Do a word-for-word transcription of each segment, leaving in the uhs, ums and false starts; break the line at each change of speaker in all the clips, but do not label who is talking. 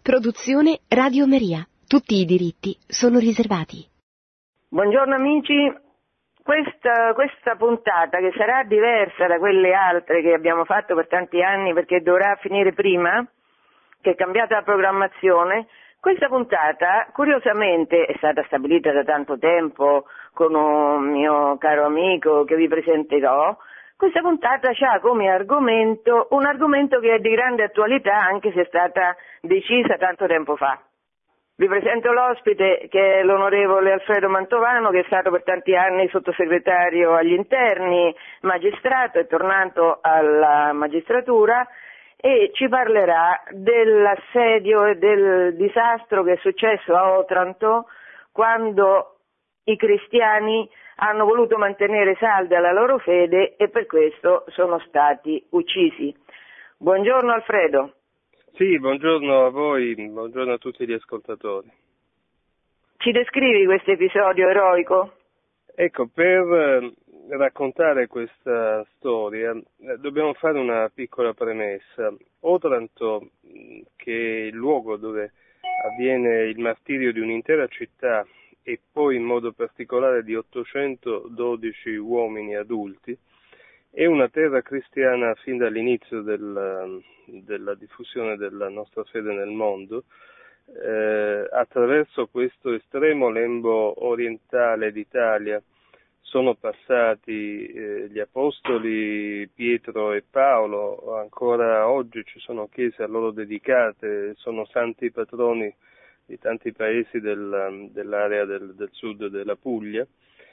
Produzione Radio Maria. Tutti i diritti sono riservati.
Buongiorno amici, questa, questa puntata, che sarà diversa da quelle altre che abbiamo fatto per tanti anni perché dovrà finire prima, che è cambiata la programmazione, questa puntata curiosamente è stata stabilita da tanto tempo con un mio caro amico che vi presenterò. Questa puntata ha come argomento un argomento che è di grande attualità anche se è stata decisa tanto tempo fa. Vi presento l'ospite che è l'onorevole Alfredo Mantovano, che è stato per tanti anni sottosegretario agli interni, magistrato, è tornato alla magistratura e ci parlerà dell'assedio e del disastro che è successo a Otranto quando i cristiani hanno voluto mantenere salda la loro fede e per questo sono stati uccisi. Buongiorno Alfredo.
Sì, buongiorno a voi, buongiorno a tutti gli ascoltatori.
Ci descrivi questo episodio eroico?
Ecco, per raccontare questa storia eh, dobbiamo fare una piccola premessa. Otranto, che è il luogo dove avviene il martirio di un'intera città e poi in modo particolare di ottocentododici uomini adulti, è una terra cristiana fin dall'inizio del, della diffusione della nostra fede nel mondo. Eh, attraverso questo estremo lembo orientale d'Italia sono passati eh, gli apostoli Pietro e Paolo, ancora oggi ci sono chiese a loro dedicate, sono santi patroni di tanti paesi del, dell'area del, del sud della Puglia,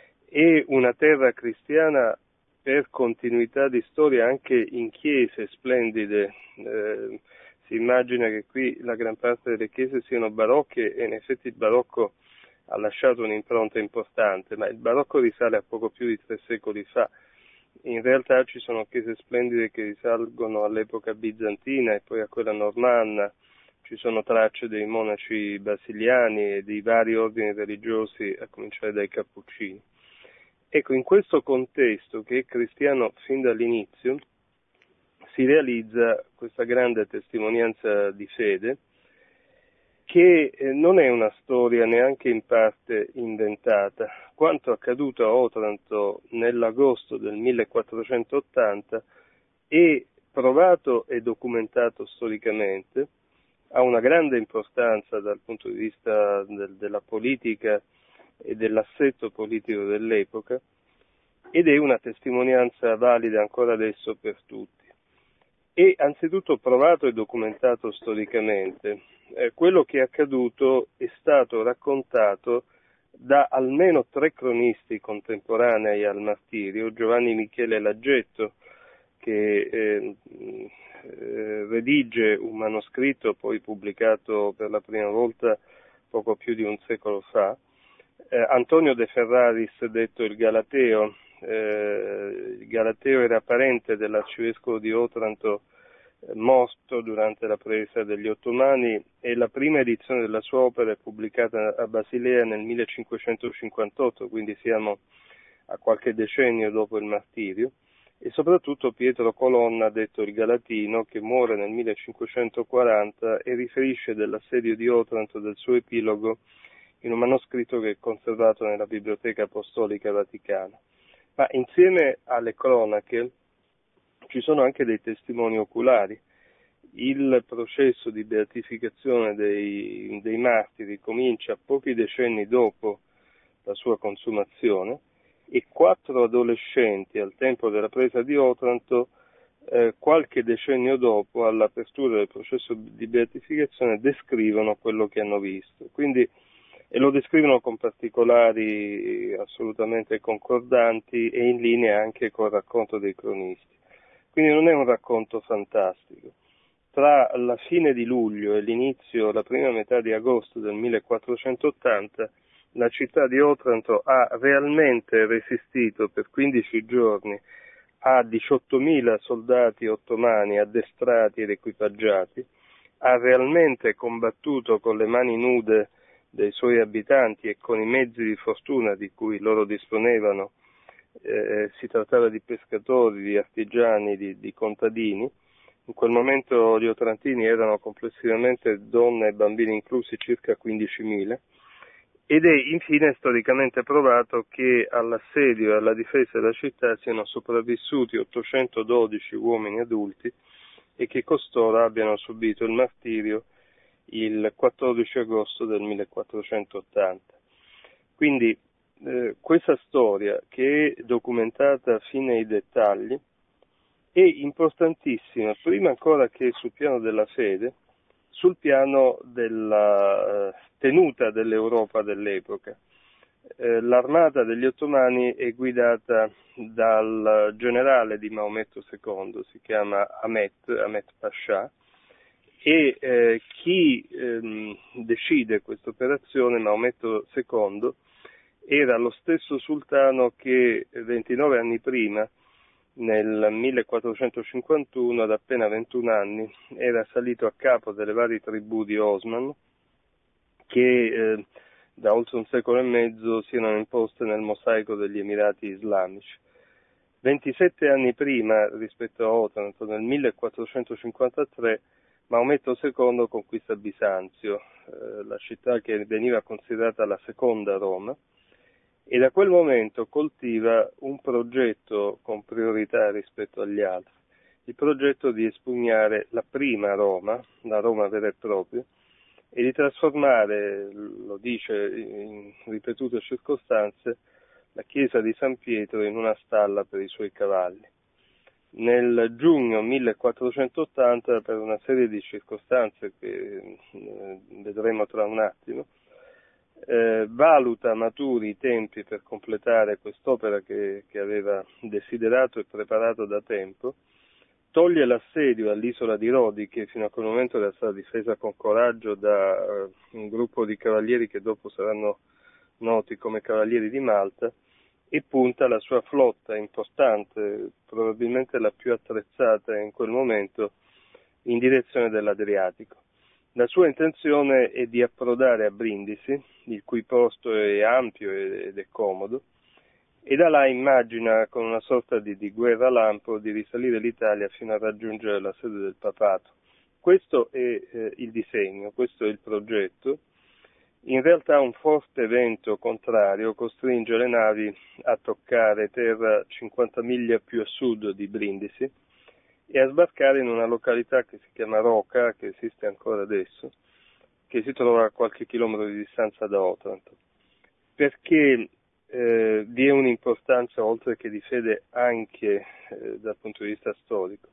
e una terra cristiana per continuità di storia anche in chiese splendide. Eh, si immagina che qui la gran parte delle chiese siano barocche e in effetti il barocco ha lasciato un'impronta importante, ma il barocco risale a poco più di tre secoli fa. In realtà ci sono chiese splendide che risalgono all'epoca bizantina e poi a quella normanna. Ci sono tracce dei monaci basiliani e di vari ordini religiosi, a cominciare dai Cappuccini. Ecco, in questo contesto, che è cristiano fin dall'inizio, si realizza questa grande testimonianza di fede, che non è una storia neanche in parte inventata. Quanto accaduto a Otranto nell'agosto del millequattrocentottanta è provato e documentato storicamente, ha una grande importanza dal punto di vista del, della politica e dell'assetto politico dell'epoca, ed è una testimonianza valida ancora adesso per tutti. È anzitutto provato e documentato storicamente. Eh, quello che è accaduto è stato raccontato da almeno tre cronisti contemporanei al martirio: Giovanni Michele Laggetto, che eh, eh, redige un manoscritto poi pubblicato per la prima volta poco più di un secolo fa, eh, Antonio De Ferraris, detto il Galateo. Eh, il Galateo era parente dell'arcivescovo di Otranto eh, morto durante la presa degli Ottomani, e la prima edizione della sua opera è pubblicata a Basilea nel millecinquecentocinquantotto, quindi siamo a qualche decennio dopo il martirio, e soprattutto Pietro Colonna, detto il Galatino, che muore nel millecinquecentoquaranta e riferisce dell'assedio di Otranto, del suo epilogo, in un manoscritto che è conservato nella Biblioteca Apostolica Vaticana. Ma insieme alle cronache ci sono anche dei testimoni oculari. Il processo di beatificazione dei, dei martiri comincia pochi decenni dopo la sua consumazione, e quattro adolescenti al tempo della presa di Otranto, eh, qualche decennio dopo, all'apertura del processo di beatificazione, descrivono quello che hanno visto. Quindi, e lo descrivono con particolari assolutamente concordanti e in linea anche col racconto dei cronisti. Quindi non è un racconto fantastico. Tra la fine di luglio e l'inizio, la prima metà di agosto del millequattrocentottanta, la città di Otranto ha realmente resistito per quindici giorni a diciottomila soldati ottomani addestrati ed equipaggiati, ha realmente combattuto con le mani nude dei suoi abitanti e con i mezzi di fortuna di cui loro disponevano. Eh, si trattava di pescatori, di artigiani, di, di contadini, In quel momento gli otrantini erano complessivamente, donne e bambini inclusi, circa quindicimila, ed è infine storicamente provato che all'assedio e alla difesa della città siano sopravvissuti ottocentododici uomini adulti e che costoro abbiano subito il martirio il quattordici agosto del millequattrocentottanta. Quindi eh, questa storia, che è documentata fino ai dettagli, è importantissima, prima ancora che sul piano della fede, sul piano della eh, tenuta dell'Europa dell'epoca. Eh, l'armata degli ottomani è guidata dal generale di Maometto secondo, si chiama Ahmet, Ahmet Pascià, e eh, chi ehm, decide questa operazione, Maometto secondo, era lo stesso sultano che ventinove anni prima, nel millequattrocentocinquantuno, ad appena ventuno anni, era salito a capo delle varie tribù di Osman, che eh, da oltre un secolo e mezzo si erano imposte nel mosaico degli Emirati Islamici. ventisette anni prima, rispetto a Otranto, nel millequattrocentocinquantatré, Maometto secondo conquista Bisanzio, eh, la città che veniva considerata la seconda Roma, e da quel momento coltiva un progetto con priorità rispetto agli altri, il progetto di espugnare la prima Roma, la Roma vera e propria, e di trasformare, lo dice in ripetute circostanze, la chiesa di San Pietro in una stalla per i suoi cavalli. Nel giugno millequattrocentottanta, per una serie di circostanze che eh, vedremo tra un attimo, eh, valuta maturi i tempi per completare quest'opera che, che aveva desiderato e preparato da tempo, toglie l'assedio all'isola di Rodi, che fino a quel momento era stata difesa con coraggio da uh, un gruppo di cavalieri che dopo saranno noti come Cavalieri di Malta, e punta la sua flotta importante, probabilmente la più attrezzata in quel momento, in direzione dell'Adriatico. La sua intenzione è di approdare a Brindisi, il cui posto è ampio ed è comodo, e da là immagina, con una sorta di, di guerra lampo, di risalire l'Italia fino a raggiungere la sede del papato. Questo è eh, il disegno, questo è il progetto. In realtà un forte vento contrario costringe le navi a toccare terra cinquanta miglia più a sud di Brindisi e a sbarcare in una località che si chiama Roca, che esiste ancora adesso, che si trova a qualche chilometro di distanza da Otranto. Perché eh, vi è un'importanza, oltre che di fede, anche eh, dal punto di vista storico?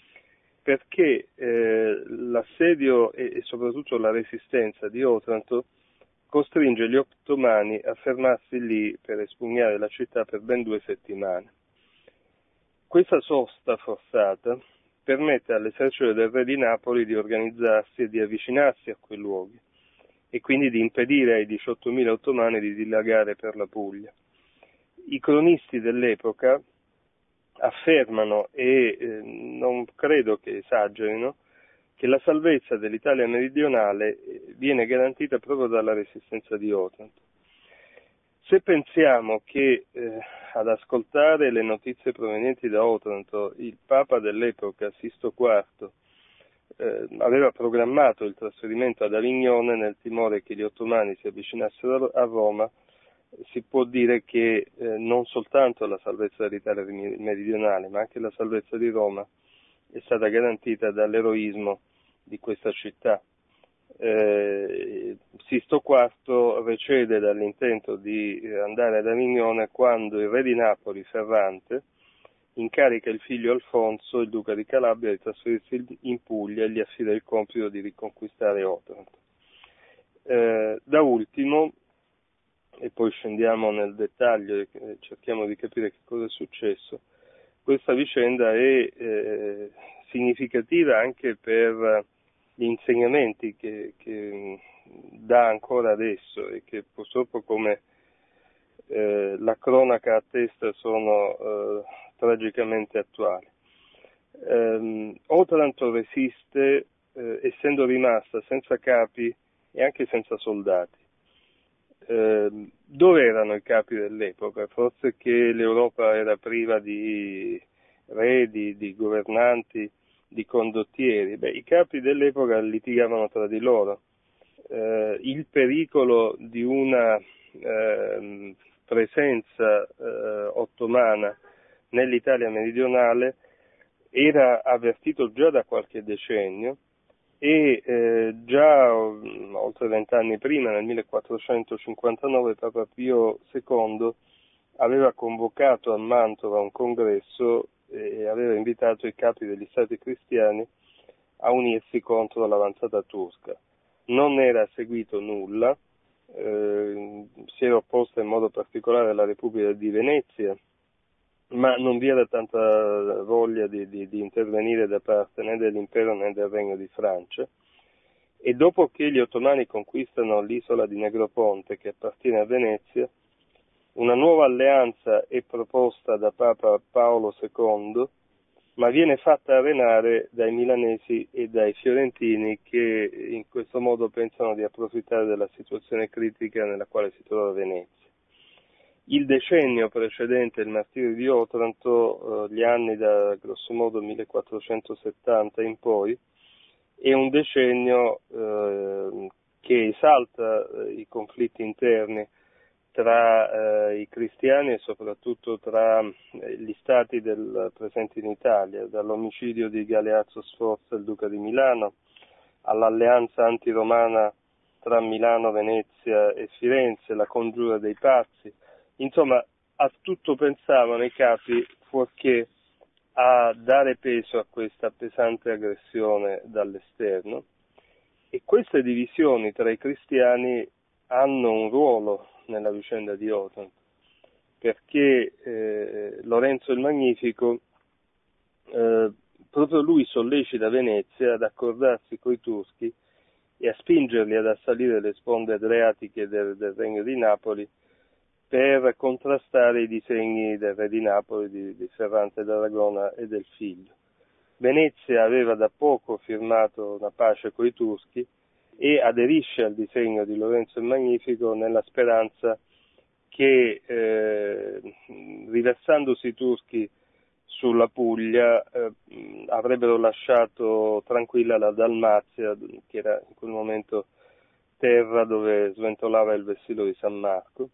Perché eh, l'assedio e, e soprattutto la resistenza di Otranto costringe gli ottomani a fermarsi lì per espugnare la città per ben due settimane. Questa sosta forzata permette all'esercito del re di Napoli di organizzarsi e di avvicinarsi a quei luoghi, e quindi di impedire ai diciottomila ottomani di dilagare per la Puglia. I cronisti dell'epoca affermano, e eh, non credo che esagerino, che la salvezza dell'Italia meridionale viene garantita proprio dalla resistenza di Otranto. Se pensiamo che eh, ad ascoltare le notizie provenienti da Otranto il Papa dell'epoca, Sisto quarto, eh, aveva programmato il trasferimento ad Avignone nel timore che gli ottomani si avvicinassero a Roma, si può dire che eh, non soltanto la salvezza dell'Italia meridionale, ma anche la salvezza di Roma è stata garantita dall'eroismo di questa città. Eh, Sisto quarto recede dall'intento di andare ad Avignone quando il re di Napoli, Ferrante, incarica il figlio Alfonso, il duca di Calabria, di trasferirsi in Puglia e gli affida il compito di riconquistare Otranto. Eh, da ultimo, e poi scendiamo nel dettaglio e cerchiamo di capire che cosa è successo, questa vicenda è eh, significativa anche per gli insegnamenti che, che dà ancora adesso e che purtroppo, come eh, la cronaca attesta, sono eh, tragicamente attuali. Eh, Otranto resiste eh, essendo rimasta senza capi e anche senza soldati. Eh, dove erano i capi dell'epoca? Forse che l'Europa era priva di re, di, di governanti, di condottieri. Beh, i capi dell'epoca litigavano tra di loro. Eh, il pericolo di una eh, presenza eh, ottomana nell'Italia meridionale era avvertito già da qualche decennio e eh, già oltre vent'anni prima, nel millequattrocentocinquantanove, Papa Pio secondo aveva convocato a Mantova un congresso e aveva invitato i capi degli stati cristiani a unirsi contro l'avanzata turca. Non era seguito nulla, eh, si era opposta in modo particolare la Repubblica di Venezia, ma non vi era tanta voglia di, di, di intervenire da parte né dell'impero né del Regno di Francia. E dopo che gli ottomani conquistano l'isola di Negroponte, che appartiene a Venezia, una nuova alleanza è proposta da Papa Paolo secondo, ma viene fatta arenare dai milanesi e dai fiorentini, che in questo modo pensano di approfittare della situazione critica nella quale si trova Venezia. Il decennio precedente il martirio di Otranto, eh, gli anni da grossomodo millequattrocentosettanta in poi, è un decennio eh, che esalta eh, i conflitti interni tra eh, i cristiani e soprattutto tra eh, gli stati del, presenti in Italia, dall'omicidio di Galeazzo Sforza, il duca di Milano, all'alleanza antiromana tra Milano, Venezia e Firenze, la congiura dei pazzi. Insomma, a tutto pensavano i capi fuorché a dare peso a questa pesante aggressione dall'esterno, e queste divisioni tra i cristiani hanno un ruolo nella vicenda di Otranto, perché eh, Lorenzo il Magnifico, eh, proprio lui sollecita Venezia ad accordarsi coi turchi e a spingerli ad assalire le sponde adriatiche del, del Regno di Napoli per contrastare i disegni del re di Napoli, di, di Ferrante d'Aragona e del figlio. Venezia aveva da poco firmato una pace coi turchi e aderisce al disegno di Lorenzo il Magnifico nella speranza che, eh, riversandosi i turchi sulla Puglia, eh, avrebbero lasciato tranquilla la Dalmazia, che era in quel momento terra dove sventolava il vessillo di San Marco.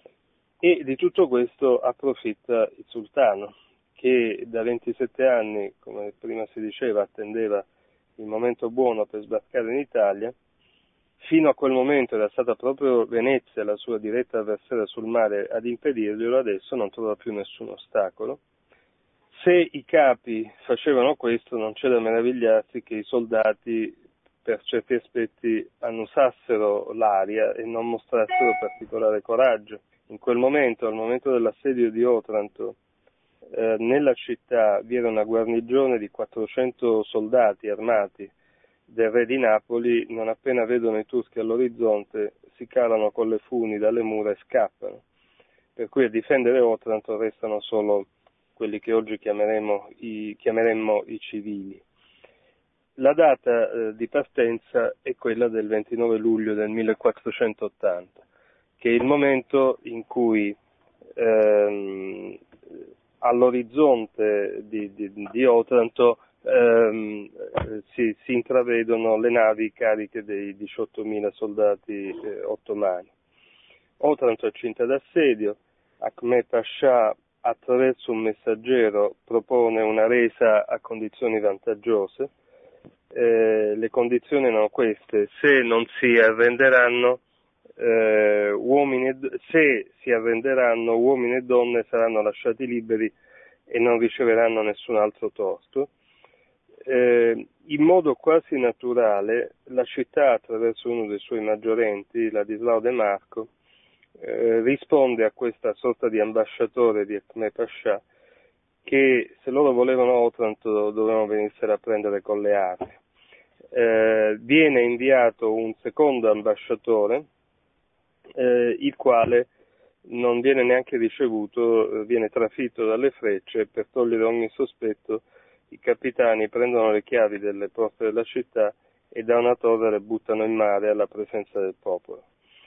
E di tutto questo approfitta il sultano, che da ventisette anni, come prima si diceva, attendeva il momento buono per sbarcare in Italia. Fino a quel momento era stata proprio Venezia, la sua diretta avversaria sul mare, ad impedirglielo. Adesso non trova più nessun ostacolo. Se i capi facevano questo, non c'è da meravigliarsi che i soldati per certi aspetti annusassero l'aria e non mostrassero particolare coraggio. In quel momento, al momento dell'assedio di Otranto, eh, nella città vi era una guarnigione di quattrocento soldati armati del re di Napoli. Non appena vedono i turchi all'orizzonte, si calano con le funi dalle mura e scappano. Per cui a difendere Otranto restano solo quelli che oggi chiameremo i, chiameremmo i civili. La data eh, di partenza è quella del ventinove luglio del millequattrocentottanta, che è il momento in cui ehm, all'orizzonte di, di, di Otranto ehm, si, si intravedono le navi cariche dei diciottomila soldati eh, ottomani. Otranto è cinta d'assedio. Ahmed Pascià, attraverso un messaggero, propone una resa a condizioni vantaggiose. Eh, le condizioni erano queste: se non si arrenderanno eh, uomini e, se si arrenderanno uomini e donne saranno lasciati liberi e non riceveranno nessun altro torto. Eh, in modo quasi naturale la città, attraverso uno dei suoi maggiorenti, Ladislao De Marco, eh, risponde a questa sorta di ambasciatore di Ahmed Pascià, che se loro volevano Otranto dovevano venirsela a prendere con le armi. Eh, viene inviato un secondo ambasciatore, eh, il quale non viene neanche ricevuto, eh, viene trafitto dalle frecce. Per togliere ogni sospetto, i capitani prendono le chiavi delle porte della città e da una torre le buttano in mare alla presenza del popolo.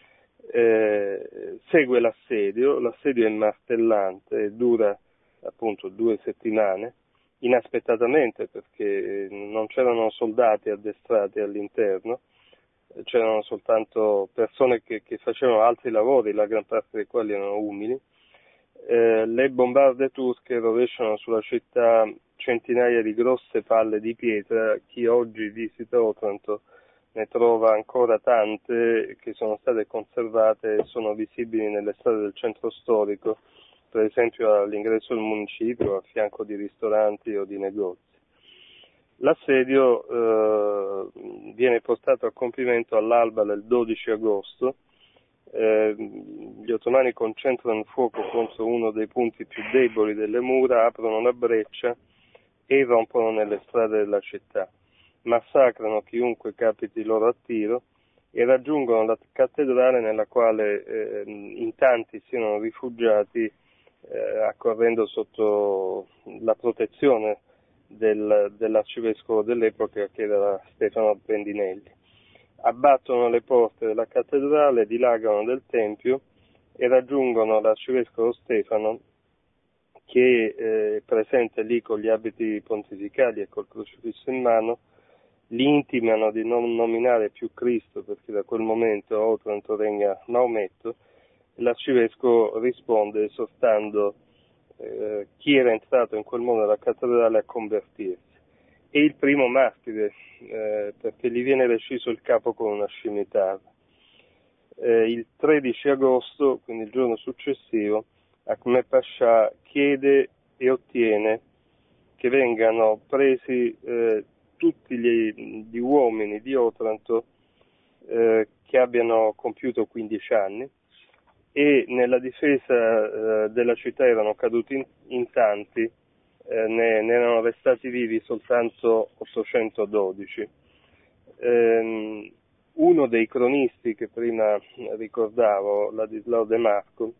Eh, segue l'assedio, l'assedio è martellante e dura appunto due settimane, inaspettatamente, perché non c'erano soldati addestrati all'interno, c'erano soltanto persone che, che facevano altri lavori, la gran parte dei quali erano umili. Eh, le bombarde turche rovesciano sulla città centinaia di grosse palle di pietra. Chi oggi visita Otranto ne trova ancora tante che sono state conservate e sono visibili nelle strade del centro storico, per esempio all'ingresso del municipio, a fianco di ristoranti o di negozi. L'assedio eh, viene portato a compimento all'alba del dodici agosto. Eh, gli ottomani concentrano il fuoco contro uno dei punti più deboli delle mura, aprono la breccia e irrompono nelle strade della città. Massacrano chiunque capiti loro a tiro e raggiungono la cattedrale, nella quale eh, in tanti si erano rifugiati eh, accorrendo sotto la protezione del, dell'arcivescovo dell'epoca, che era Stefano Bendinelli. Abbattono le porte della cattedrale, dilagano del tempio e raggiungono l'arcivescovo Stefano, che è eh, presente lì con gli abiti pontificali e col crocifisso in mano. Li intimano di non nominare più Cristo, perché da quel momento a Otranto regna Maometto. L'arcivescovo risponde esortando eh, chi era entrato in quel modo alla cattedrale a convertirsi. È il primo martire, eh, perché gli viene reciso il capo con una scimitarra. Eh, il tredici agosto, quindi il giorno successivo, Ahmed Pascià chiede e ottiene che vengano presi eh, tutti gli, gli uomini di Otranto eh, che abbiano compiuto quindici anni, e nella difesa eh, della città erano caduti in, in tanti, eh, ne, ne erano restati vivi soltanto ottocentododici. Eh, uno dei cronisti che prima ricordavo, Ladislao De Marco,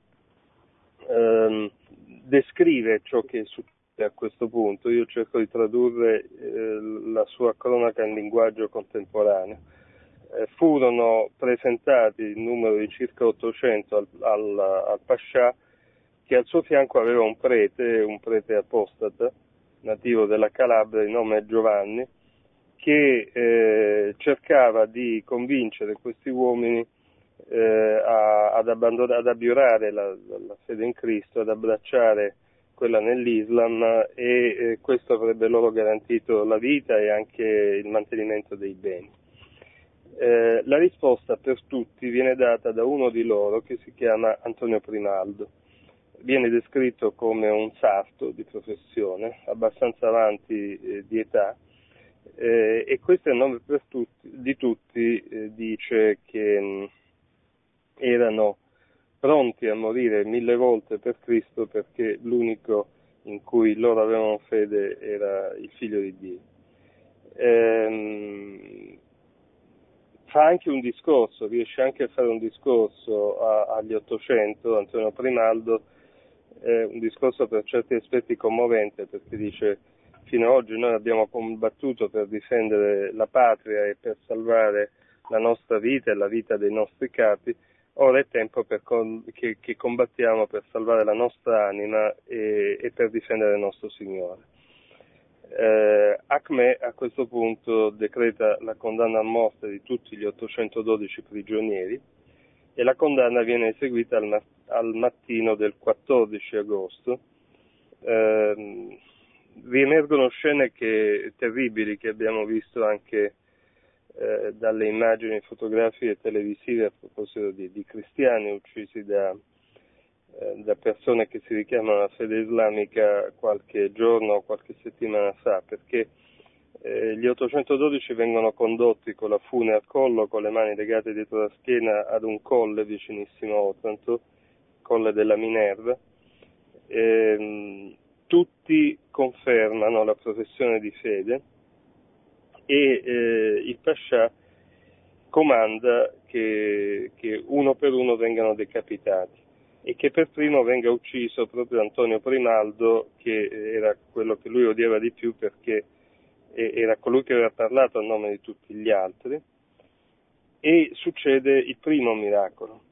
eh, descrive ciò che succede a questo punto. Io cerco di tradurre eh, la sua cronaca in linguaggio contemporaneo. Eh, furono presentati in numero di circa ottocento al, al, al Pascià, che al suo fianco aveva un prete, un prete apostata, nativo della Calabria, di nome Giovanni, che eh, cercava di convincere questi uomini eh, a, ad, abbandonare, ad abiurare la, la fede in Cristo, ad abbracciare quella nell'Islam, e eh, questo avrebbe loro garantito la vita e anche il mantenimento dei beni. Eh, la risposta per tutti viene data da uno di loro, che si chiama Antonio Primaldo. Viene descritto come un sarto di professione, abbastanza avanti eh, di età, eh, e questo è il nome per tutti, di tutti, eh, dice che mh, erano pronti a morire mille volte per Cristo, perché l'unico in cui loro avevano fede era il Figlio di Dio. Ehm, fa anche un discorso, riesce anche a fare un discorso a, agli Ottocento, Antonio Primaldo, eh, un discorso per certi aspetti commovente, perché dice: fino ad oggi noi abbiamo combattuto per difendere la patria e per salvare la nostra vita e la vita dei nostri capi. Ora è tempo per con, che, che combattiamo per salvare la nostra anima e, e per difendere il nostro Signore. Eh, Ahmed a questo punto decreta la condanna a morte di tutti gli ottocentododici prigionieri, e la condanna viene eseguita al, al mattino del quattordici agosto. Eh, riemergono scene che, terribili, che abbiamo visto anche Eh, dalle immagini fotografiche e televisive a proposito di, di cristiani uccisi da, eh, da persone che si richiamano alla fede islamica qualche giorno o qualche settimana fa, perché eh, gli ottocentododici vengono condotti con la fune al collo, con le mani legate dietro la schiena, ad un colle vicinissimo a Otranto, colle della Minerva. Eh, tutti confermano la professione di fede, e eh, il Pascià comanda che, che uno per uno vengano decapitati, e che per primo venga ucciso proprio Antonio Primaldo, che era quello che lui odiava di più, perché era colui che aveva parlato a nome di tutti gli altri. E succede il primo miracolo.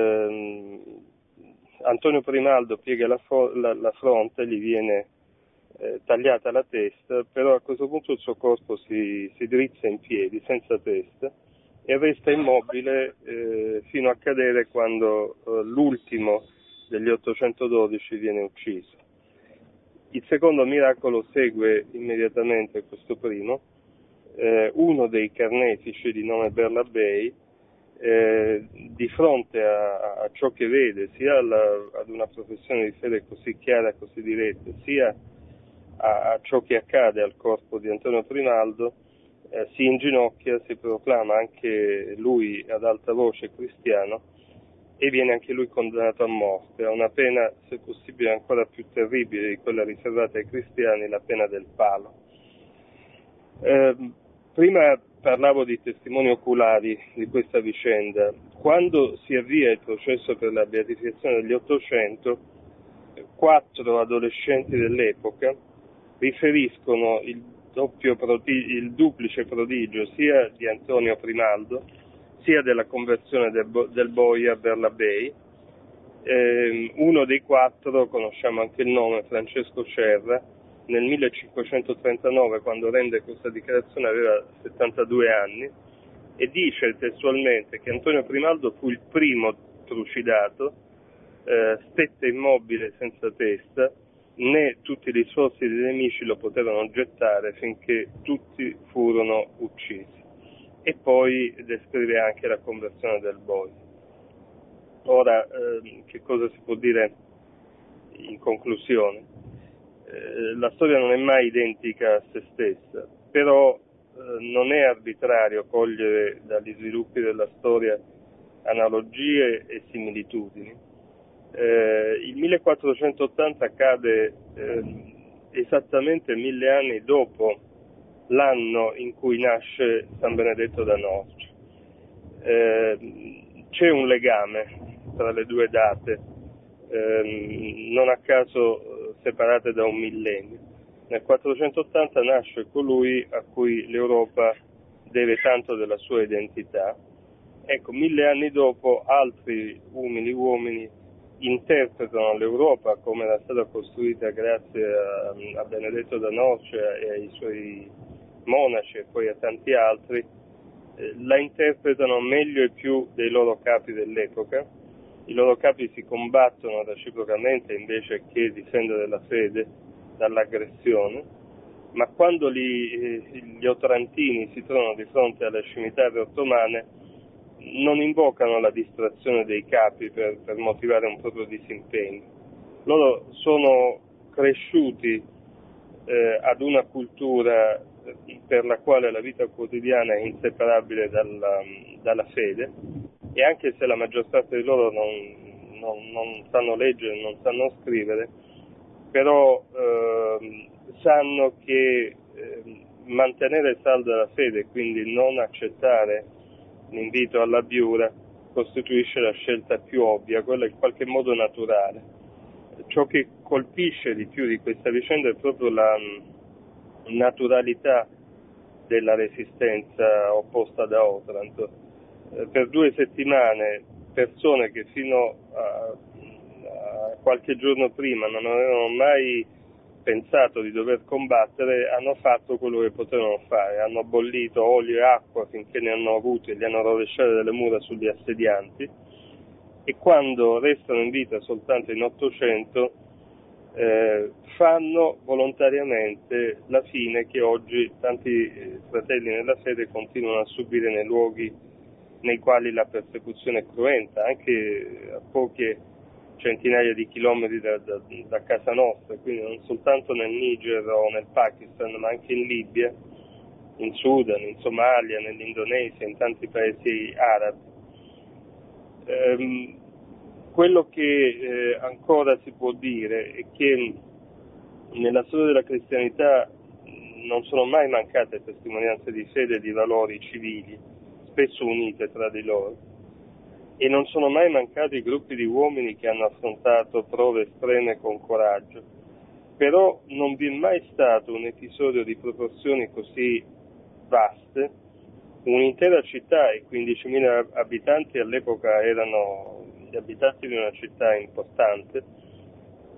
Eh, Antonio Primaldo piega la, fo- la, la fronte, gli viene eh, tagliata la testa, però a questo punto il suo corpo si, si drizza in piedi, senza testa, e resta immobile eh, fino a cadere quando eh, l'ultimo degli ottocentododici viene ucciso. Il secondo miracolo segue immediatamente questo primo. Eh, uno dei carnefici, di nome Bernabe, eh, di fronte a, a ciò che vede, sia alla, ad una professione di fede così chiara, così diretta, sia a, a ciò che accade al corpo di Antonio Primaldo, eh, si inginocchia, si proclama anche lui ad alta voce cristiano e viene anche lui condannato a morte, a una pena, se possibile, ancora più terribile di quella riservata ai cristiani, la pena del palo. Eh, prima parlavo di testimoni oculari di questa vicenda. Quando si avvia il processo per la beatificazione degli Ottocento, quattro adolescenti dell'epoca riferiscono il, doppio prodigio, il duplice prodigio sia di Antonio Primaldo sia della conversione del, del boia Bernabe. Eh, uno dei quattro, conosciamo anche il nome, Francesco Cerra, nel millecinquecentotrentanove, quando rende questa dichiarazione, aveva settantadue anni, e dice testualmente che Antonio Primaldo fu il primo trucidato, eh, stette immobile senza testa, né tutti gli sforzi dei nemici lo potevano gettare finché tutti furono uccisi. E poi descrive anche la conversione del boia. Ora, eh, che cosa si può dire in conclusione? Eh, la storia non è mai identica a se stessa, però eh, non è arbitrario cogliere dagli sviluppi della storia analogie e similitudini. Eh, il millequattrocentottanta accade eh, esattamente mille anni dopo l'anno in cui nasce San Benedetto da Norcia. Eh, c'è un legame tra le due date, eh, non a caso separate da un millennio. Nel quattrocentottanta nasce colui a cui l'Europa deve tanto della sua identità. Ecco, mille anni dopo altri umili uomini interpretano l'Europa come era stata costruita grazie a, a Benedetto da Norcia e ai suoi monaci e poi a tanti altri, eh, la interpretano meglio e più dei loro capi dell'epoca. I loro capi si combattono reciprocamente invece che difendere la fede dall'aggressione, ma quando gli, eh, gli otrantini si trovano di fronte alle scimitarre ottomane non invocano la distrazione dei capi per, per motivare un proprio disimpegno. Loro sono cresciuti eh, ad una cultura per la quale la vita quotidiana è inseparabile dalla, dalla fede, e anche se la maggior parte di loro non, non, non sanno leggere, non sanno scrivere, però eh, sanno che eh, mantenere salda la fede, quindi non accettare l'invito alla biura, costituisce la scelta più ovvia, quella in qualche modo naturale. Ciò che colpisce di più di questa vicenda è proprio la naturalità della resistenza opposta da Otranto. Eh, per due settimane persone che fino a, a qualche giorno prima non avevano mai pensato di dover combattere, hanno fatto quello che potevano fare, hanno bollito olio e acqua finché ne hanno avuti e li hanno rovesciati delle mura sugli assedianti, e quando restano in vita soltanto in ottocento eh, fanno volontariamente la fine che oggi tanti fratelli nella fede continuano a subire nei luoghi nei quali la persecuzione è cruenta, anche a poche centinaia di chilometri da, da, da casa nostra, quindi non soltanto nel Niger o nel Pakistan, ma anche in Libia, in Sudan, in Somalia, nell'Indonesia, in tanti paesi arabi. Ehm, quello che eh, ancora si può dire è che nella storia della cristianità non sono mai mancate testimonianze di fede e di valori civili, spesso unite tra di loro, e non sono mai mancati gruppi di uomini che hanno affrontato prove estreme con coraggio, però non vi è mai stato un episodio di proporzioni così vaste. Un'intera città e quindicimila abitanti all'epoca erano gli abitanti di una città importante,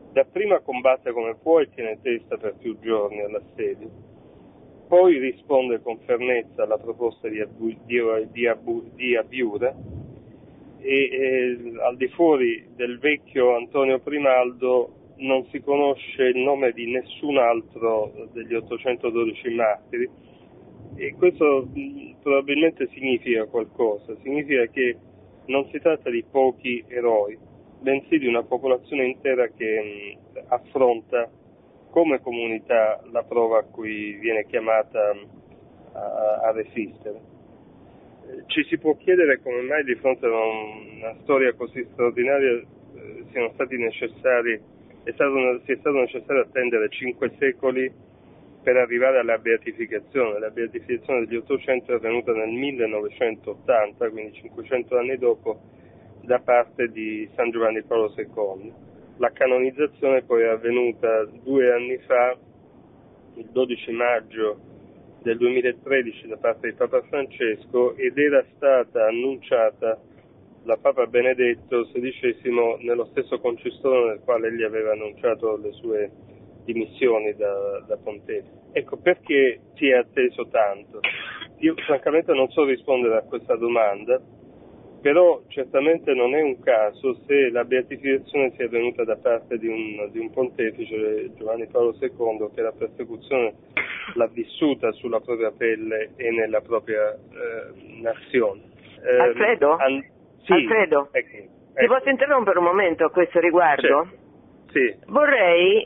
Dapprima combatte come può e tiene testa per più giorni all'assedio, poi risponde con fermezza alla proposta di, abu, di, di, abu, di Abiura e eh, al di fuori del vecchio Antonio Primaldo non si conosce il nome di nessun altro degli ottocentododici martiri, e questo mh, probabilmente significa qualcosa, significa che non si tratta di pochi eroi, bensì di una popolazione intera che mh, affronta come comunità la prova a cui viene chiamata a, a resistere. Ci si può chiedere come mai di fronte a una storia così straordinaria eh, siano stati necessari, è stato, sia stato necessario attendere cinque secoli per arrivare alla beatificazione. La beatificazione degli Ottocento è avvenuta nel millenovecentottanta, quindi cinquecento anni dopo, da parte di San Giovanni Paolo secondo. La canonizzazione poi è avvenuta due anni fa, il dodici maggio del duemilatredici, da parte di Papa Francesco, ed era stata annunciata da Papa Benedetto sedicesimo nello stesso concistoro nel quale egli aveva annunciato le sue dimissioni da, da pontefice. Ecco, perché si è atteso tanto? Io francamente non so rispondere a questa domanda, però certamente non è un caso se la beatificazione sia venuta da parte di un, di un pontefice, Giovanni Paolo secondo, che la persecuzione l'ha vissuta sulla propria pelle e nella propria eh, nazione.
Eh, Alfredo? An- sì, Alfredo, ecco, ecco. Ti posso interrompere un momento a questo riguardo?
Certo. Sì.
Vorrei,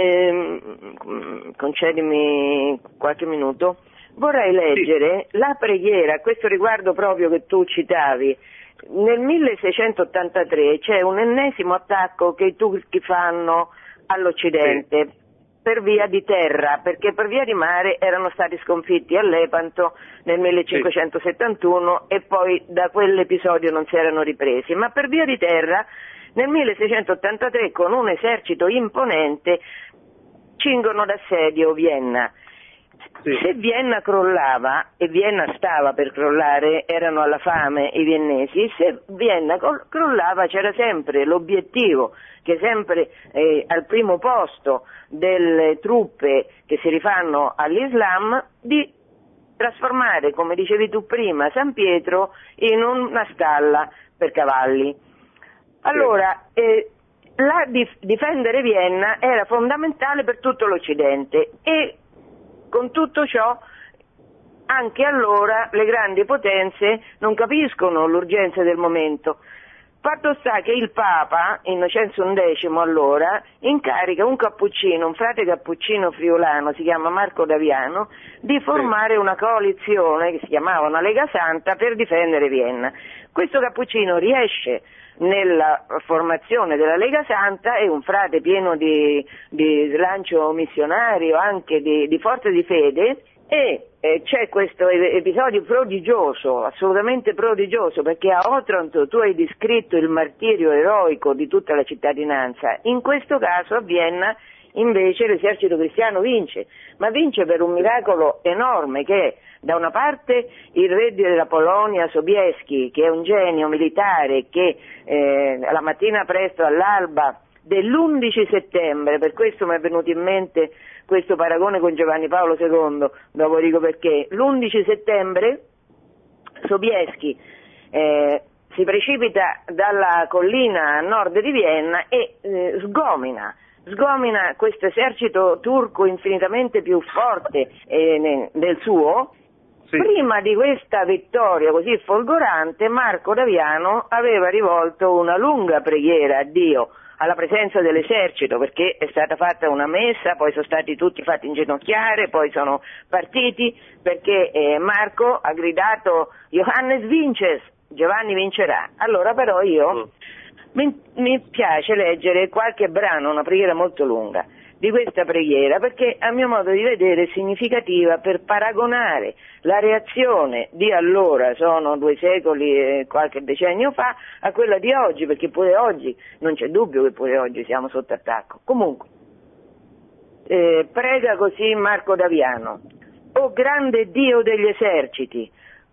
ehm, concedimi qualche minuto, vorrei leggere sì. la preghiera, a questo riguardo proprio che tu citavi. Nel milleseicentottantatré c'è un ennesimo attacco che i turchi fanno all'Occidente sì. per via di terra, perché per via di mare erano stati sconfitti a Lepanto nel millecinquecentosettantuno sì. e poi da quell'episodio non si erano ripresi, ma per via di terra nel milleseicentottantatré con un esercito imponente cingono d'assedio Vienna. Sì. Se Vienna crollava, e Vienna stava per crollare, erano alla fame i viennesi, se Vienna crollava c'era sempre l'obiettivo che sempre eh, al primo posto delle truppe che si rifanno all'Islam di trasformare, come dicevi tu prima, San Pietro in una stalla per cavalli. Allora, eh, la dif- difendere Vienna era fondamentale per tutto l'Occidente e con tutto ciò anche allora le grandi potenze non capiscono l'urgenza del momento. Fatto sta che il Papa, Innocenzo undicesimo allora, incarica un cappuccino, un frate cappuccino friulano, si chiama Marco Daviano, di formare una coalizione che si chiamava una Lega Santa per difendere Vienna. Questo cappuccino riesce nella formazione della Lega Santa, è un frate pieno di, di slancio missionario, anche di, di forza di fede, e eh, c'è questo episodio prodigioso, assolutamente prodigioso, perché a Otranto tu hai descritto il martirio eroico di tutta la cittadinanza, in questo caso a Vienna invece l'esercito cristiano vince, ma vince per un miracolo enorme che è da una parte il re della Polonia Sobieski, che è un genio militare che eh, la mattina presto all'alba dell'undici settembre, per questo mi è venuto in mente questo paragone con Giovanni Paolo secondo, dopo dico perché, l'undici settembre Sobieski eh, si precipita dalla collina a nord di Vienna e eh, sgomina sgomina questo esercito turco infinitamente più forte eh, del suo. Sì. Prima di questa vittoria così folgorante, Marco Daviano aveva rivolto una lunga preghiera a Dio, alla presenza dell'esercito, perché è stata fatta una messa, poi sono stati tutti fatti inginocchiare, poi sono partiti, perché eh, Marco ha gridato Johannes vinces, Giovanni vincerà. Allora però io mm. mi, mi piace leggere qualche brano, una preghiera molto lunga, di questa preghiera, perché a mio modo di vedere è significativa per paragonare la reazione di allora, sono due secoli e qualche decennio fa, a quella di oggi, perché pure oggi, non c'è dubbio che pure oggi siamo sotto attacco. Comunque, eh, prega così Marco Daviano: O grande Dio degli eserciti,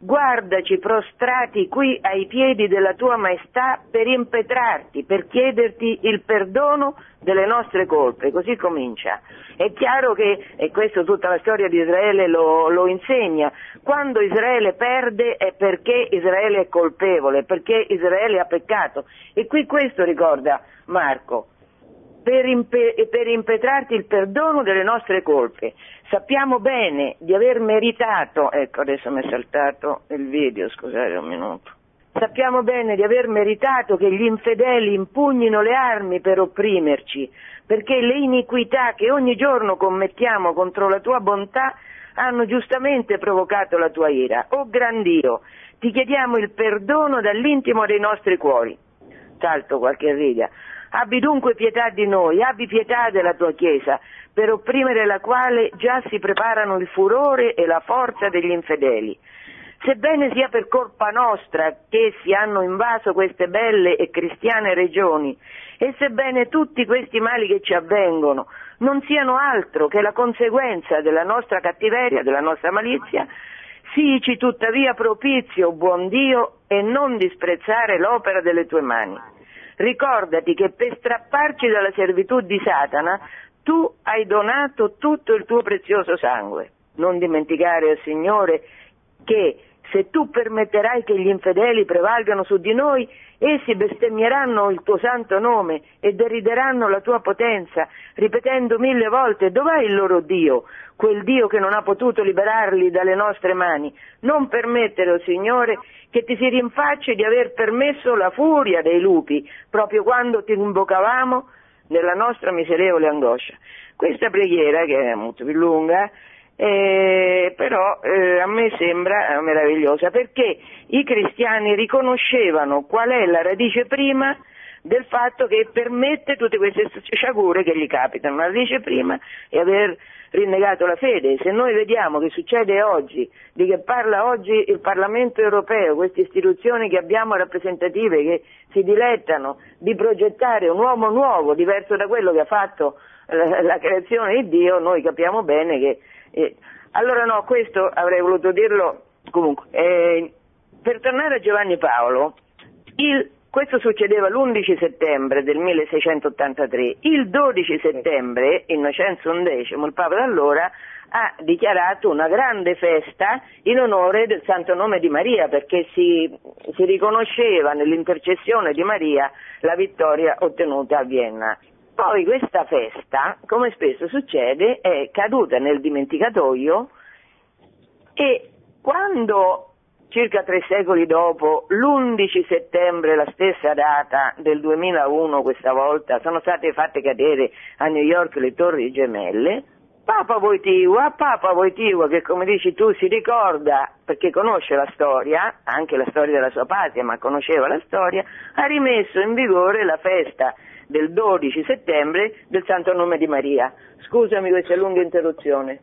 guardaci prostrati qui ai piedi della tua maestà per impetrarti, per chiederti il perdono delle nostre colpe. Così comincia. È chiaro che, e questo tutta la storia di Israele lo, lo insegna, quando Israele perde è perché Israele è colpevole, perché Israele ha peccato. E qui questo ricorda Marco, per, impe- per impetrarti il perdono delle nostre colpe. Sappiamo bene di aver meritato, ecco adesso mi è saltato il video, scusate un minuto, sappiamo bene di aver meritato che gli infedeli impugnino le armi per opprimerci, perché le iniquità che ogni giorno commettiamo contro la tua bontà hanno giustamente provocato la tua ira. O gran Dio, ti chiediamo il perdono dall'intimo dei nostri cuori. Salto qualche riga. Abbi dunque pietà di noi, abbi pietà della tua Chiesa, per opprimere la quale già si preparano il furore e la forza degli infedeli. Sebbene sia per colpa nostra che si hanno invaso queste belle e cristiane regioni, e sebbene tutti questi mali che ci avvengono non siano altro che la conseguenza della nostra cattiveria, della nostra malizia, siici tuttavia propizio, buon Dio, e non disprezzare l'opera delle tue mani. Ricordati che per strapparci dalla servitù di Satana tu hai donato tutto il tuo prezioso sangue. Non dimenticare, oh Signore, che se tu permetterai che gli infedeli prevalgano su di noi, essi bestemmieranno il tuo santo nome e derideranno la tua potenza, ripetendo mille volte: dov'è il loro Dio, quel Dio che non ha potuto liberarli dalle nostre mani? Non permettere, oh Signore, che ti si rinfacci di aver permesso la furia dei lupi, proprio quando ti invocavamo nella nostra miserevole angoscia. Questa preghiera, che è molto più lunga, Eh, però eh, a me sembra meravigliosa, perché i cristiani riconoscevano qual è la radice prima del fatto che permette tutte queste sciagure che gli capitano. La radice prima è aver rinnegato la fede. Se noi vediamo che succede oggi, di che parla oggi il Parlamento europeo, queste istituzioni che abbiamo rappresentative, che si dilettano di progettare un uomo nuovo, diverso da quello che ha fatto la, la creazione di Dio, noi capiamo bene che Eh, allora no, questo avrei voluto dirlo comunque. Eh, per tornare a Giovanni Paolo, il, questo succedeva l'undici settembre del milleseicentottantatré, il dodici settembre Innocenzo undicesimo, il Papa d'allora, ha dichiarato una grande festa in onore del Santo Nome di Maria, perché si, si riconosceva nell'intercessione di Maria la vittoria ottenuta a Vienna. Poi questa festa, come spesso succede, è caduta nel dimenticatoio e quando, circa tre secoli dopo, l'undici settembre, la stessa data del duemilauno questa volta, sono state fatte cadere a New York le Torri Gemelle, Papa Wojtyła, Papa Wojtyła, che come dici tu si ricorda perché conosce la storia, anche la storia della sua patria, ma conosceva la storia, ha rimesso in vigore la festa del dodici settembre del Santo Nome di Maria. Scusami questa lunga interruzione.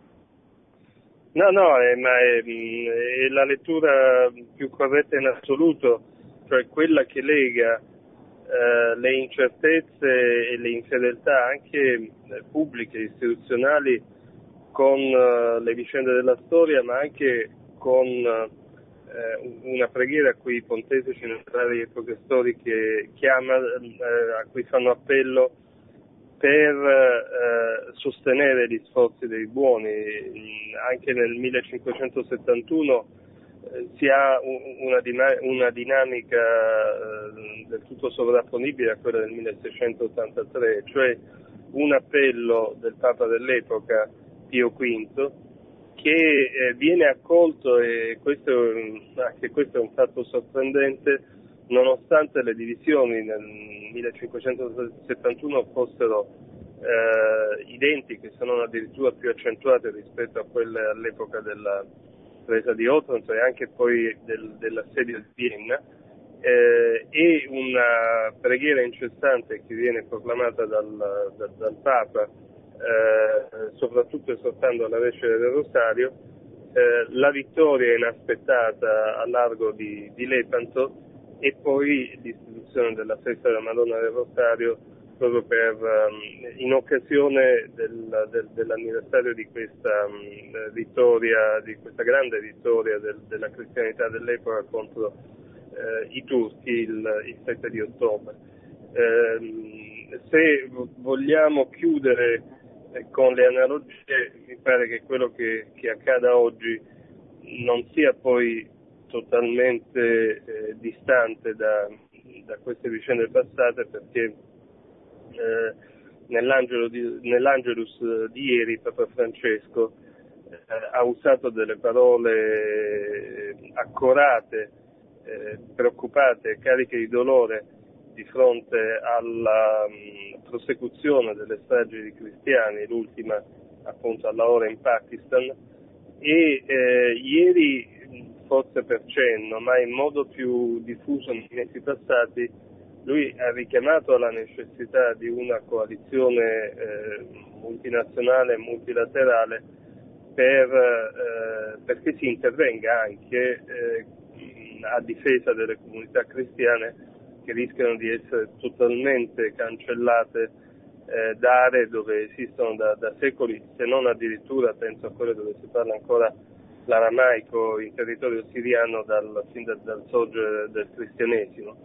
No, no, è, ma è, è la lettura più corretta in assoluto, cioè quella che lega eh, le incertezze e le infedeltà anche eh, pubbliche, istituzionali, con eh, le vicende della storia, ma anche con eh, una preghiera a cui i pontefici nelle varie epoche storiche chiama, eh, a cui fanno appello per eh, sostenere gli sforzi dei buoni. Anche nel millecinquecentosettantuno eh, si ha una, una dinamica eh, del tutto sovrapponibile a quella del milleseicentottantatré, cioè un appello del Papa dell'epoca, Pio V, che eh, viene accolto, e questo, anche questo è un fatto sorprendente, nonostante le divisioni nel millecinquecentosettantuno fossero eh, identiche, se non addirittura più accentuate rispetto a quelle all'epoca della presa di Otranto e anche poi del, dell'assedio di Vienna, eh, e una preghiera incessante che viene proclamata dal, dal, dal Papa, Eh, soprattutto esortando alla recita del Rosario, eh, la vittoria inaspettata a largo di, di Lepanto, e poi l'istituzione della festa della Madonna del Rosario proprio per, um, in occasione del, del, dell'anniversario di questa um, vittoria, di questa grande vittoria del, della cristianità dell'epoca contro uh, i turchi il, il sette di ottobre. Uh, se vogliamo chiudere eh, con le analogie, mi pare che quello che, che accada oggi non sia poi totalmente eh, distante da, da queste vicende passate, perché Eh, nell'angelo di, nell'Angelus di ieri Papa Francesco eh, ha usato delle parole accorate, eh, preoccupate, cariche di dolore di fronte alla mh, prosecuzione delle stragi di cristiani, l'ultima appunto a Lahore in Pakistan, e eh, ieri, forse per cenno, ma in modo più diffuso nei mesi passati, lui ha richiamato alla necessità di una coalizione eh, multinazionale e multilaterale per, eh, perché si intervenga anche eh, a difesa delle comunità cristiane che rischiano di essere totalmente cancellate eh, da aree dove esistono da, da secoli, se non addirittura, penso a quelle dove si parla ancora l'aramaico in territorio siriano dal, fin da, dal sorgere del cristianesimo.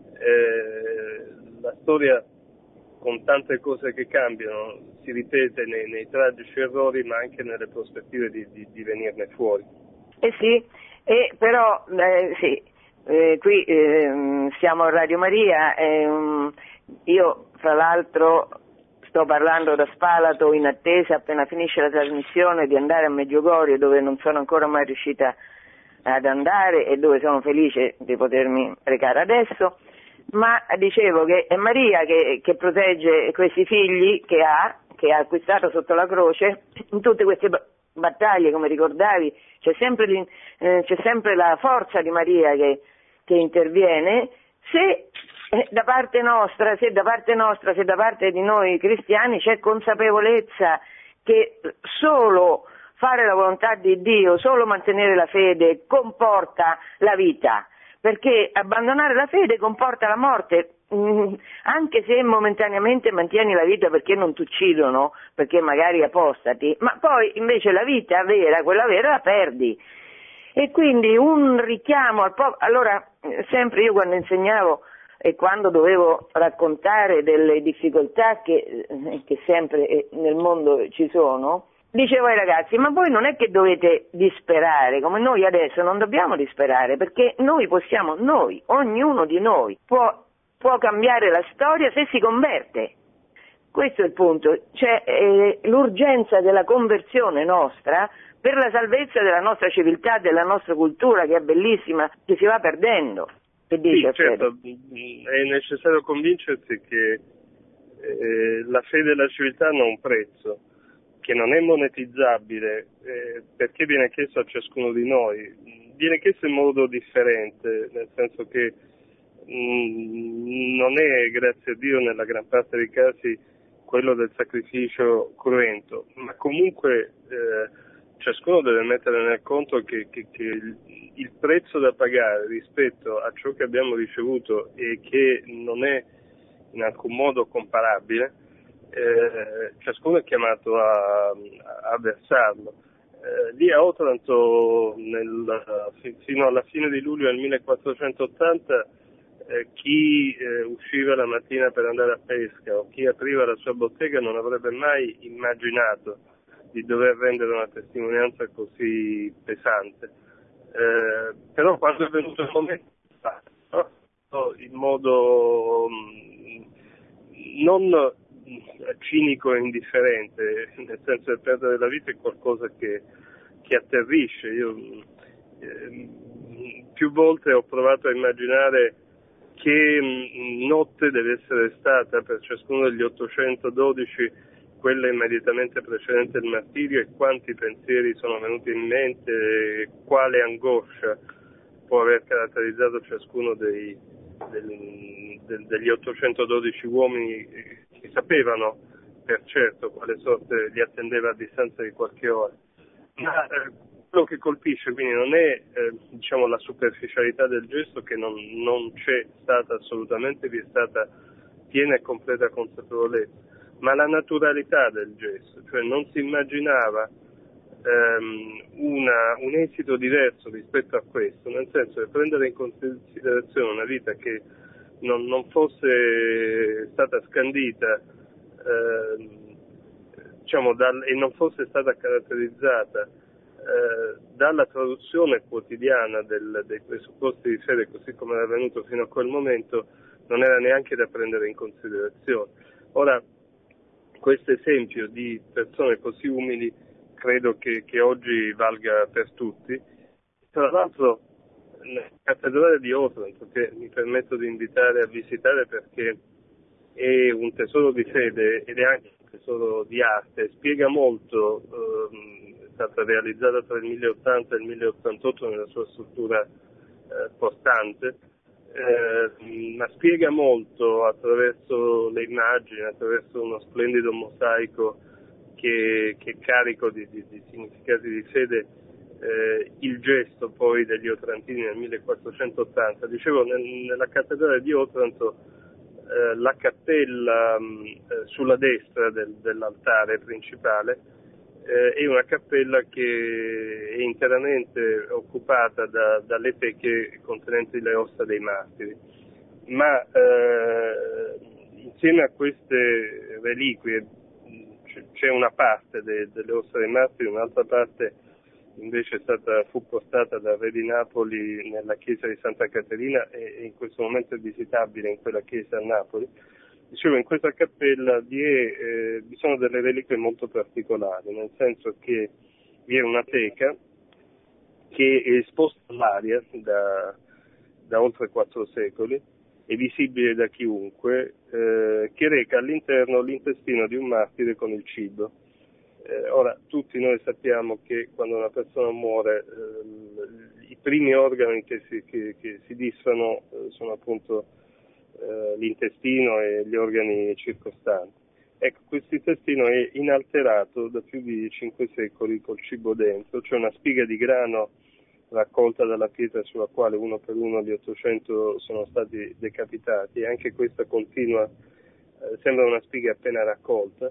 Eh, la storia, con tante cose che cambiano, si ripete nei, nei tragici errori, ma anche nelle prospettive di, di, di venirne fuori.
Eh sì, eh, però eh, sì, eh, qui eh, siamo a Radio Maria, eh, io fra l'altro sto parlando da Spalato in attesa, appena finisce la trasmissione, di andare a Medjugorje, dove non sono ancora mai riuscita ad andare e dove sono felice di potermi recare adesso. Ma dicevo che è Maria che, che protegge questi figli che ha, che ha acquistato sotto la croce, in tutte queste battaglie, come ricordavi, c'è sempre, eh, c'è sempre la forza di Maria che, che interviene. Se eh, da parte nostra, se da parte nostra, se da parte di noi cristiani c'è consapevolezza che solo fare la volontà di Dio, solo mantenere la fede comporta la vita, perché abbandonare la fede comporta la morte, mm, anche se momentaneamente mantieni la vita perché non ti uccidono, perché magari apostati, ma poi invece la vita vera, quella vera, la perdi. E quindi un richiamo al popolo. Allora, sempre io quando insegnavo e quando dovevo raccontare delle difficoltà che, che sempre nel mondo ci sono, dicevo ai ragazzi, ma voi non è che dovete disperare, come noi adesso non dobbiamo disperare, perché noi possiamo, noi, ognuno di noi può, può cambiare la storia se si converte. Questo è il punto, c'è eh, l'urgenza della conversione nostra per la salvezza della nostra civiltà, della nostra cultura, che è bellissima, che si va perdendo. Che dice,
sì, certo, è necessario convincersi che eh, la fede e la civiltà hanno un prezzo, che non è monetizzabile, eh, perché viene chiesto a ciascuno di noi. Viene chiesto in modo differente, nel senso che mh, non è, grazie a Dio, nella gran parte dei casi quello del sacrificio cruento, ma comunque eh, ciascuno deve mettere nel conto che, che, che il, il prezzo da pagare rispetto a ciò che abbiamo ricevuto e che non è in alcun modo comparabile, Eh, ciascuno è chiamato a, a versarlo. Eh, lì a Otranto, nel, fino alla fine di luglio del millequattrocentottanta, eh, chi eh, usciva la mattina per andare a pesca o chi apriva la sua bottega non avrebbe mai immaginato di dover rendere una testimonianza così pesante. Eh, però quando è venuto il momento, no? in modo mh, non cinico e indifferente, nel senso che perdere la vita è qualcosa che, che atterrisce. Io eh, più volte ho provato a immaginare che mh, notte deve essere stata per ciascuno degli ottocentododici quella immediatamente precedente il martirio, e quanti pensieri sono venuti in mente, quale angoscia può aver caratterizzato ciascuno dei, del, del, degli ottocentododici uomini che sapevano per certo quale sorte li attendeva a distanza di qualche ora. Ma eh, quello che colpisce quindi non è eh, diciamo la superficialità del gesto, che non, non c'è stata assolutamente, vi è stata piena e completa consapevolezza, ma la naturalità del gesto, cioè non si immaginava ehm, una, un esito diverso rispetto a questo, nel senso di prendere in considerazione una vita che non, non fosse stata scandita eh, diciamo, dal, e non fosse stata caratterizzata eh, dalla traduzione quotidiana del, dei presupposti di fede così come era avvenuto fino a quel momento, non era neanche da prendere in considerazione. Ora, questo esempio di persone così umili credo che, che oggi valga per tutti. Tra l'altro la cattedrale di Otranto, che mi permetto di invitare a visitare perché è un tesoro di fede ed è anche un tesoro di arte, spiega molto, ehm, è stata realizzata tra il mille e ottanta e il mille e ottantotto nella sua struttura eh, portante, eh, ma spiega molto attraverso le immagini, attraverso uno splendido mosaico che, che è carico di, di, di significati di fede, eh, il gesto poi degli otrantini nel millequattrocentottanta. Dicevo, nel, nella cattedrale di Otranto eh, la cappella mh, eh, sulla destra del, dell'altare principale eh, è una cappella che è interamente occupata da, dalle teche contenenti le ossa dei martiri, ma eh, insieme a queste reliquie c'è una parte de, delle ossa dei martiri, un'altra parte invece è stata, fu portata dal re di Napoli nella chiesa di Santa Caterina e, e in questo momento è visitabile in quella chiesa a Napoli. Dicevo, in questa cappella vi, è, eh, vi sono delle reliquie molto particolari, nel senso che vi è una teca che è esposta all'aria da, da oltre quattro secoli, è visibile da chiunque, eh, che reca all'interno l'intestino di un martire con il cibo. Eh, ora, tutti noi sappiamo che quando una persona muore eh, i primi organi che si, che, che si disfano eh, sono appunto eh, l'intestino e gli organi circostanti. Ecco, questo intestino è inalterato da più di cinque secoli col cibo dentro, c'è una spiga di grano raccolta dalla pietra sulla quale uno per uno gli ottocento sono stati decapitati, e anche questa continua, eh, sembra una spiga appena raccolta.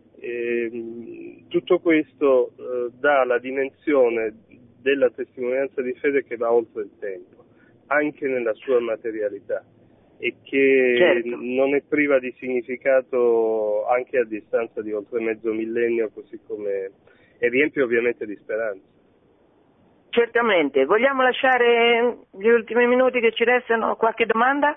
E, tutto questo eh, dà la dimensione della testimonianza di fede che va oltre il tempo, anche nella sua materialità, e che
certo.
non è priva di significato anche a distanza di oltre mezzo millennio, così come e riempie ovviamente di speranza.
Certamente. Vogliamo lasciare gli ultimi minuti che ci restano qualche domanda?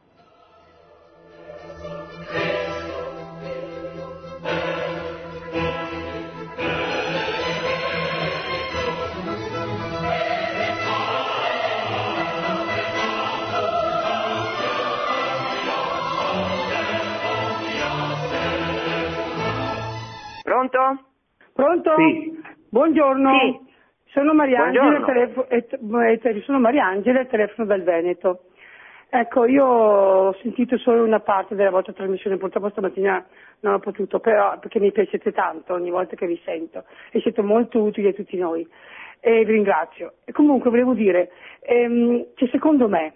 Pronto?
Pronto?
Sì.
Buongiorno.
Sì.
Sono Mariangela,
Buongiorno.
telefo- e, e, sono Mariangela e telefono dal Veneto. Ecco, io ho sentito solo una parte della vostra trasmissione, purtroppo stamattina non ho potuto, però perché mi piacete tanto ogni volta che vi sento e siete molto utili a tutti noi e vi ringrazio. E comunque volevo dire ehm, che secondo me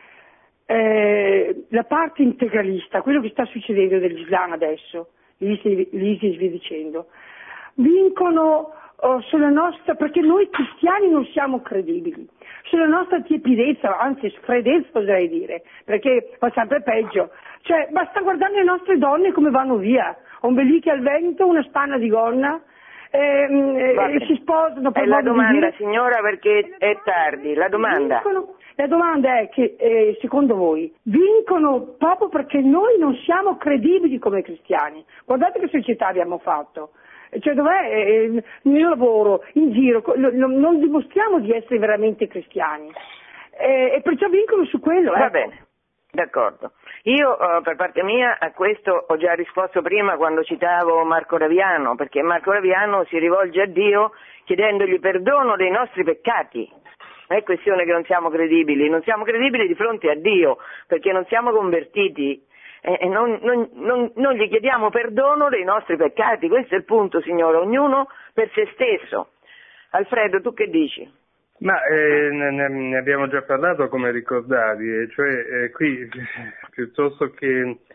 eh, la parte integralista, quello che sta succedendo dell'Islam adesso, l'ISIS e via dicendo, vincono oh, sulla nostra, perché noi cristiani non siamo credibili, sulla nostra tiepidezza, anzi sfredezza oserei dire, perché va sempre peggio. Cioè basta guardare le nostre donne come vanno via, ombeliche al vento, una spanna di gonna, ehm, e si sposano per
È la
modo di
domanda,
dire.
signora, perché è tardi. La domanda.
Vincono, la domanda è che eh, secondo voi vincono proprio perché noi non siamo credibili come cristiani. Guardate che società abbiamo fatto. Cioè dov'è eh, il mio lavoro in giro, non dimostriamo di essere veramente cristiani eh, e perciò vincono su quello.
Va
ecco.
bene, d'accordo. Io eh, per parte mia a questo ho già risposto prima quando citavo Marco Raviano, perché Marco Raviano si rivolge a Dio chiedendogli perdono dei nostri peccati. Non è questione che non siamo credibili, non siamo credibili di fronte a Dio perché non siamo convertiti. E non, non, non, non gli chiediamo perdono dei nostri peccati, questo è il punto, signore, ognuno per se stesso. Alfredo, tu che dici?
Ma eh, ne, ne abbiamo già parlato, come ricordavi, e cioè eh, qui piuttosto che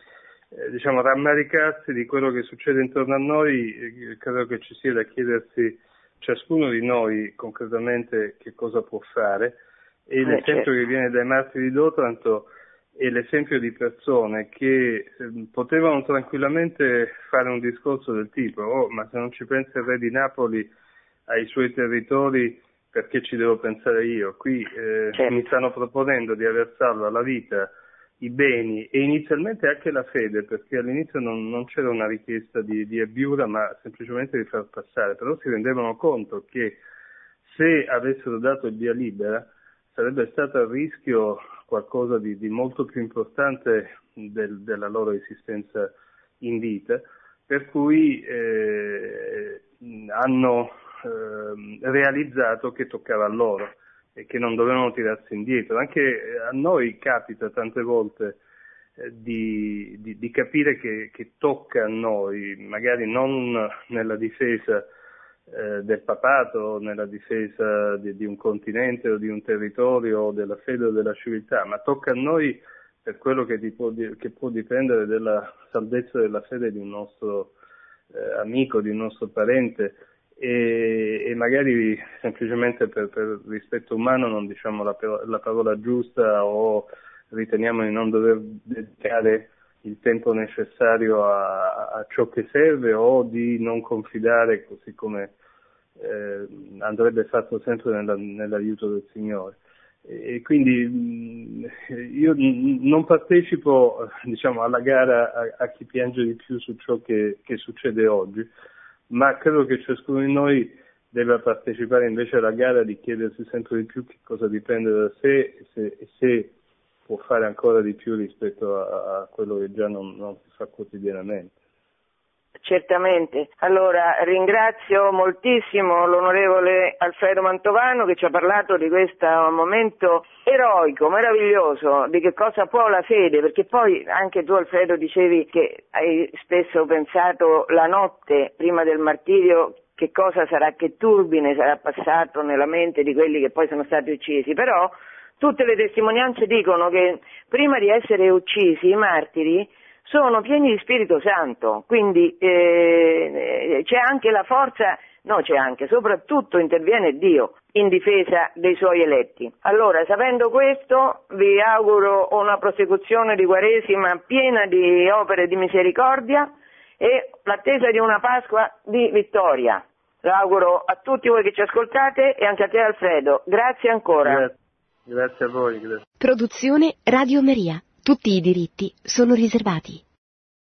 eh, diciamo, rammaricarsi di quello che succede intorno a noi, eh, credo che ci sia da chiedersi ciascuno di noi concretamente che cosa può fare, e eh, l'esempio certo. che viene dai martiri d'Otranto è l'esempio di persone che eh, potevano tranquillamente fare un discorso del tipo: oh, ma se non ci pensa il re di Napoli ai suoi territori, perché ci devo pensare io? Qui eh, certo. mi stanno proponendo di aver salvo alla vita i beni e inizialmente anche la fede, perché all'inizio non, non c'era una richiesta di, di abiura, ma semplicemente di far passare, però si rendevano conto che se avessero dato il via libera sarebbe stato a rischio qualcosa di, di molto più importante del, della loro esistenza in vita, per cui eh, hanno eh, realizzato che toccava a loro e che non dovevano tirarsi indietro. Anche a noi capita tante volte eh, di, di, di capire che, che tocca a noi, magari non nella difesa eh, del papato, nella difesa di, di un continente o di un territorio o della fede o della civiltà, ma tocca a noi per quello che, ti può, che può dipendere dalla salvezza della fede di un nostro eh, amico, di un nostro parente. E, e magari semplicemente per, per rispetto umano non diciamo la, la parola giusta, o riteniamo di non dover dedicare il tempo necessario a, a ciò che serve, o di non confidare, così come eh, andrebbe fatto sempre nella, nell'aiuto del Signore. E quindi mh, io non partecipo, diciamo, alla gara a, a chi piange di più su ciò che, che succede oggi, ma credo che ciascuno di noi debba partecipare invece alla gara di chiedersi sempre di più che cosa dipende da sé e se, e se può fare ancora di più rispetto a, a quello che già non, non si fa quotidianamente.
Certamente. Allora ringrazio moltissimo l'onorevole Alfredo Mantovano che ci ha parlato di questo momento eroico, meraviglioso, di che cosa può la fede, perché poi anche tu, Alfredo, dicevi che hai spesso pensato la notte prima del martirio che cosa sarà, che turbine sarà passato nella mente di quelli che poi sono stati uccisi, però tutte le testimonianze dicono che prima di essere uccisi i martiri sono pieni di Spirito Santo, quindi eh, c'è anche la forza, no c'è anche, soprattutto interviene Dio in difesa dei Suoi eletti. Allora, sapendo questo, vi auguro una prosecuzione di Quaresima piena di opere di misericordia e l'attesa di una Pasqua di vittoria. Lo auguro a tutti voi che ci ascoltate e anche a te, Alfredo. Grazie ancora.
Grazie, grazie a voi. Grazie.
Produzione Radio Maria. Tutti i diritti sono riservati.